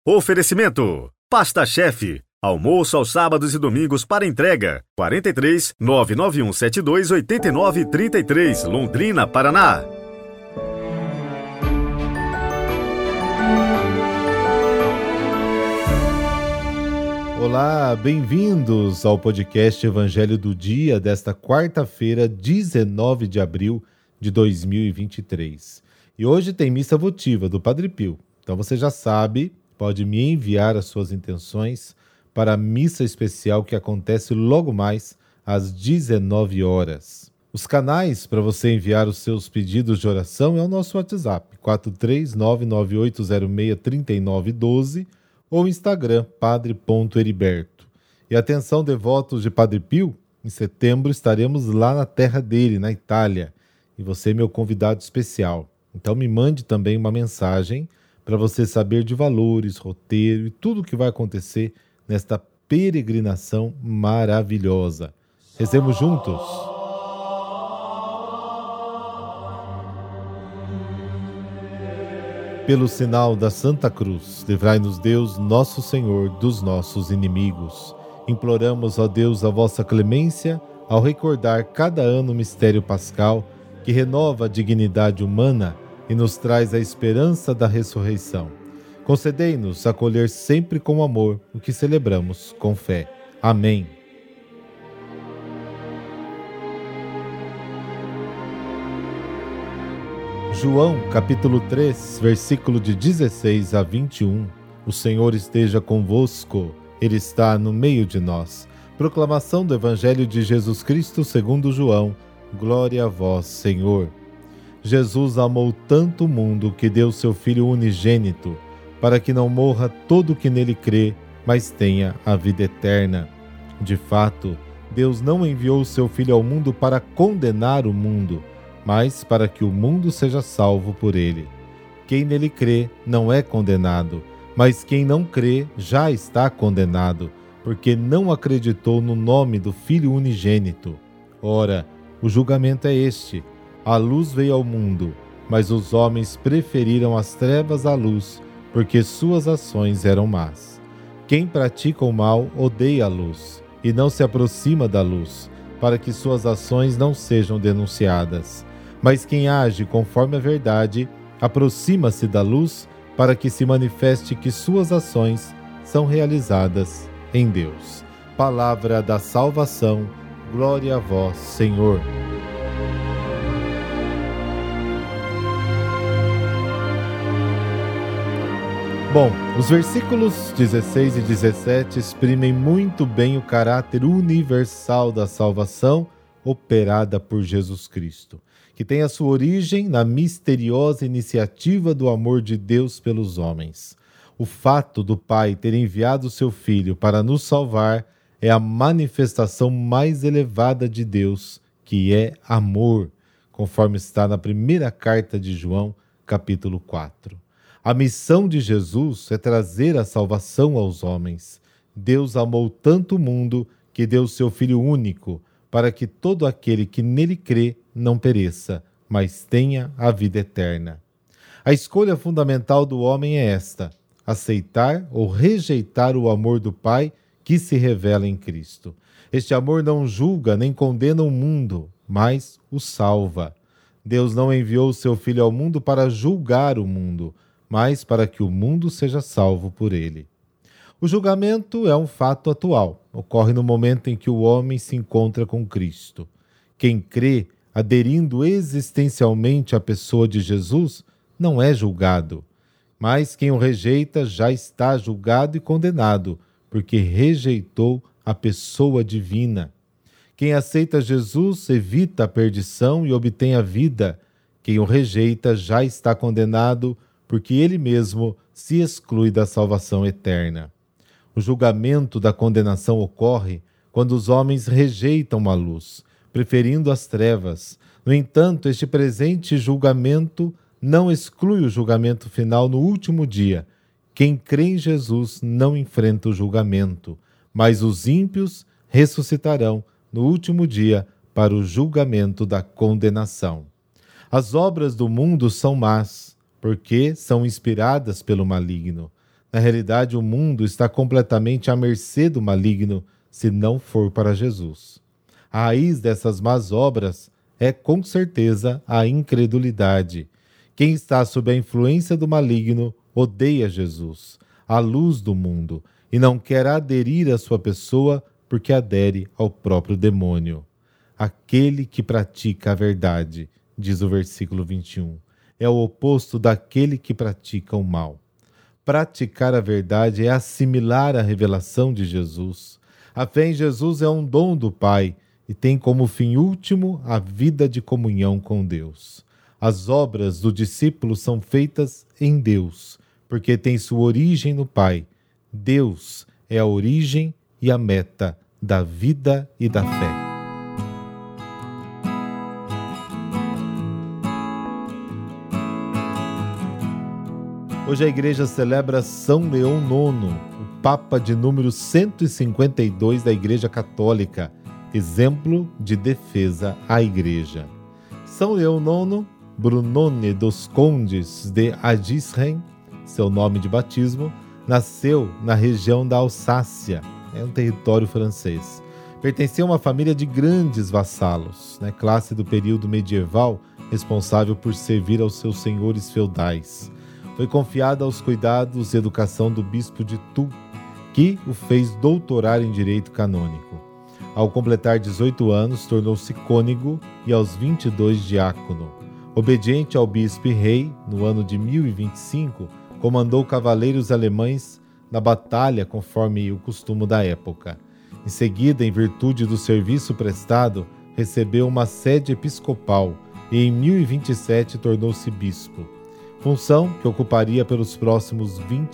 Oferecimento: Pasta Chefe. Almoço aos sábados e domingos para entrega. 43 99172 8933, Londrina, Paraná. Olá, bem-vindos ao podcast Evangelho do Dia desta quarta-feira, 19 de abril de 2023. E hoje tem missa votiva do Padre Pio. Então você já sabe, pode me enviar as suas intenções para a missa especial que acontece logo mais às 19 horas. Os canais para você enviar os seus pedidos de oração é o nosso WhatsApp, 43998063912, ou Instagram, padre.heriberto. E atenção, devotos de Padre Pio, em setembro estaremos lá na terra dele, na Itália, e você é meu convidado especial. Então me mande também uma mensagem para você saber de valores, roteiro e tudo o que vai acontecer nesta peregrinação maravilhosa. Rezemos juntos. Pelo sinal da Santa Cruz, livrai-nos Deus, nosso Senhor, dos nossos inimigos. Imploramos, ó Deus, a vossa clemência ao recordar cada ano o mistério pascal que renova a dignidade humana e nos traz a esperança da ressurreição. Concedei-nos acolher sempre com amor o que celebramos com fé. Amém. João, capítulo 3, versículo de 16 a 21. O Senhor esteja convosco, Ele está no meio de nós. Proclamação do Evangelho de Jesus Cristo segundo João. Glória a vós, Senhor. Jesus amou tanto o mundo que deu seu Filho unigênito, para que não morra todo o que nele crê, mas tenha a vida eterna. De fato, Deus não enviou o seu Filho ao mundo para condenar o mundo, mas para que o mundo seja salvo por ele. Quem nele crê não é condenado, mas quem não crê já está condenado, porque não acreditou no nome do Filho unigênito. Ora, o julgamento é este: a luz veio ao mundo, mas os homens preferiram as trevas à luz, porque suas ações eram más. Quem pratica o mal odeia a luz, e não se aproxima da luz, para que suas ações não sejam denunciadas. Mas quem age conforme a verdade, aproxima-se da luz, para que se manifeste que suas ações são realizadas em Deus. Palavra da salvação, glória a vós, Senhor. Bom, os versículos 16 e 17 exprimem muito bem o caráter universal da salvação operada por Jesus Cristo, que tem a sua origem na misteriosa iniciativa do amor de Deus pelos homens. O fato do Pai ter enviado seu Filho para nos salvar é a manifestação mais elevada de Deus, que é amor, conforme está na primeira carta de João, capítulo 4. A missão de Jesus é trazer a salvação aos homens. Deus amou tanto o mundo que deu seu Filho único, para que todo aquele que nele crê não pereça, mas tenha a vida eterna. A escolha fundamental do homem é esta: aceitar ou rejeitar o amor do Pai que se revela em Cristo. Este amor não julga nem condena o mundo, mas o salva. Deus não enviou seu Filho ao mundo para julgar o mundo, mas para que o mundo seja salvo por ele. O julgamento é um fato atual, ocorre no momento em que o homem se encontra com Cristo. Quem crê, aderindo existencialmente à pessoa de Jesus, não é julgado, mas quem o rejeita já está julgado e condenado, porque rejeitou a pessoa divina. Quem aceita Jesus evita a perdição e obtém a vida. Quem o rejeita já está condenado, porque ele mesmo se exclui da salvação eterna. O julgamento da condenação ocorre quando os homens rejeitam a luz, preferindo as trevas. No entanto, este presente julgamento não exclui o julgamento final no último dia. Quem crê em Jesus não enfrenta o julgamento, mas os ímpios ressuscitarão no último dia para o julgamento da condenação. As obras do mundo são más, porque são inspiradas pelo maligno. Na realidade, o mundo está completamente à mercê do maligno se não for para Jesus. A raiz dessas más obras é, com certeza, a incredulidade. Quem está sob a influência do maligno odeia Jesus, a luz do mundo, e não quer aderir à sua pessoa porque adere ao próprio demônio. Aquele que pratica a verdade, diz o versículo 21, é o oposto daquele que pratica o mal. Praticar a verdade é assimilar a revelação de Jesus. A fé em Jesus é um dom do Pai e tem como fim último a vida de comunhão com Deus. As obras do discípulo são feitas em Deus, porque tem sua origem no Pai. Deus é a origem e a meta da vida e da fé. Hoje a Igreja celebra São Leão IX, o Papa de número 152 da Igreja Católica, exemplo de defesa à Igreja. São Leão IX, Brunone dos Condes de Agisren, seu nome de batismo, nasceu na região da Alsácia, um território francês. Pertencia a uma família de grandes vassalos, classe do período medieval responsável por servir aos seus senhores feudais. Foi confiada aos cuidados e educação do bispo de Tours, que o fez doutorar em direito canônico. Ao completar 18 anos, tornou-se cônego e aos 22 diácono. Obediente ao bispo e rei, no ano de 1025, comandou cavaleiros alemães na batalha conforme o costume da época. Em seguida, em virtude do serviço prestado, recebeu uma sede episcopal e em 1027 tornou-se bispo, função que ocuparia pelos próximos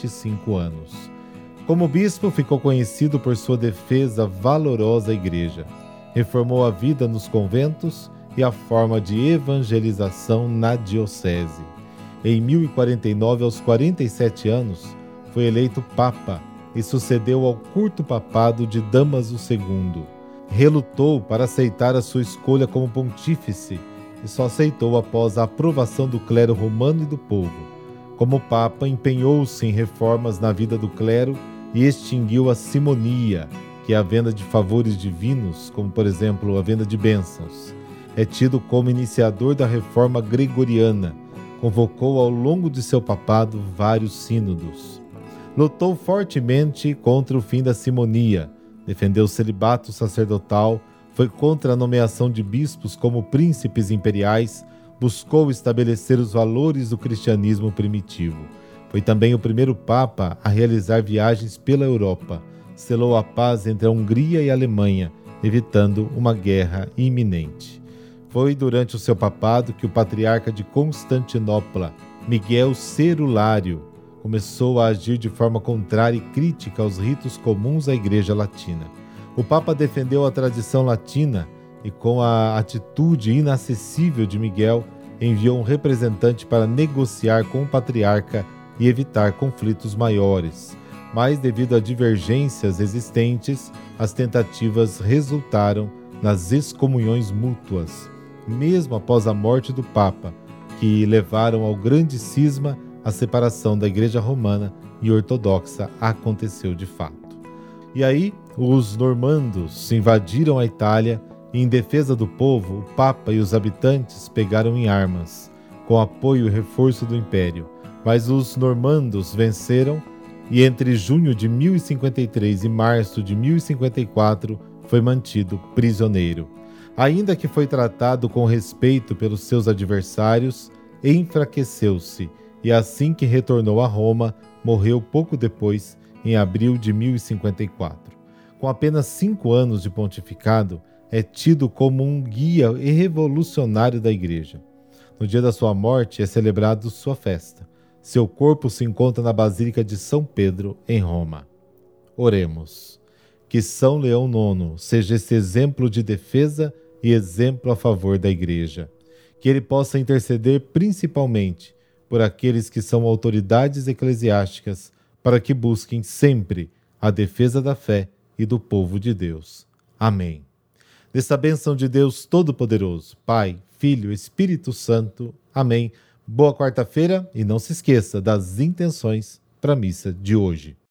25 anos. Como bispo, ficou conhecido por sua defesa valorosa à Igreja. Reformou a vida nos conventos e a forma de evangelização na diocese. Em 1049, aos 47 anos, foi eleito Papa e sucedeu ao curto papado de Dámaso II. Relutou para aceitar a sua escolha como pontífice e só aceitou após a aprovação do clero romano e do povo. Como Papa, empenhou-se em reformas na vida do clero e extinguiu a simonia, que é a venda de favores divinos, como por exemplo a venda de bênçãos. É tido como iniciador da reforma gregoriana. Convocou ao longo de seu papado vários sínodos. Lutou fortemente contra o fim da simonia, defendeu o celibato sacerdotal, foi contra a nomeação de bispos como príncipes imperiais, buscou estabelecer os valores do cristianismo primitivo. Foi também o primeiro Papa a realizar viagens pela Europa, selou a paz entre a Hungria e a Alemanha, evitando uma guerra iminente. Foi durante o seu papado que o patriarca de Constantinopla, Miguel Cerulário, começou a agir de forma contrária e crítica aos ritos comuns à Igreja Latina. O Papa defendeu a tradição latina e, com a atitude inacessível de Miguel, enviou um representante para negociar com o patriarca e evitar conflitos maiores. Mas, devido a divergências existentes, as tentativas resultaram nas excomunhões mútuas, mesmo após a morte do Papa, que levaram ao grande cisma. A separação da Igreja Romana e Ortodoxa aconteceu de fato. E aí, os normandos invadiram a Itália e, em defesa do povo, o Papa e os habitantes pegaram em armas, com apoio e reforço do Império. Mas os normandos venceram e, entre junho de 1053 e março de 1054, foi mantido prisioneiro. Ainda que foi tratado com respeito pelos seus adversários, enfraqueceu-se e, assim que retornou a Roma, morreu pouco depois, em abril de 1054. Com apenas 5 anos de pontificado, é tido como um guia e revolucionário da Igreja. No dia da sua morte é celebrado sua festa. Seu corpo se encontra na Basílica de São Pedro, em Roma. Oremos. Que São Leão IX seja esse exemplo de defesa e exemplo a favor da Igreja. Que ele possa interceder principalmente por aqueles que são autoridades eclesiásticas, para que busquem sempre a defesa da fé e do povo de Deus. Amém. Dessa bênção de Deus Todo-Poderoso, Pai, Filho, Espírito Santo. Amém. Boa quarta-feira e não se esqueça das intenções para a missa de hoje.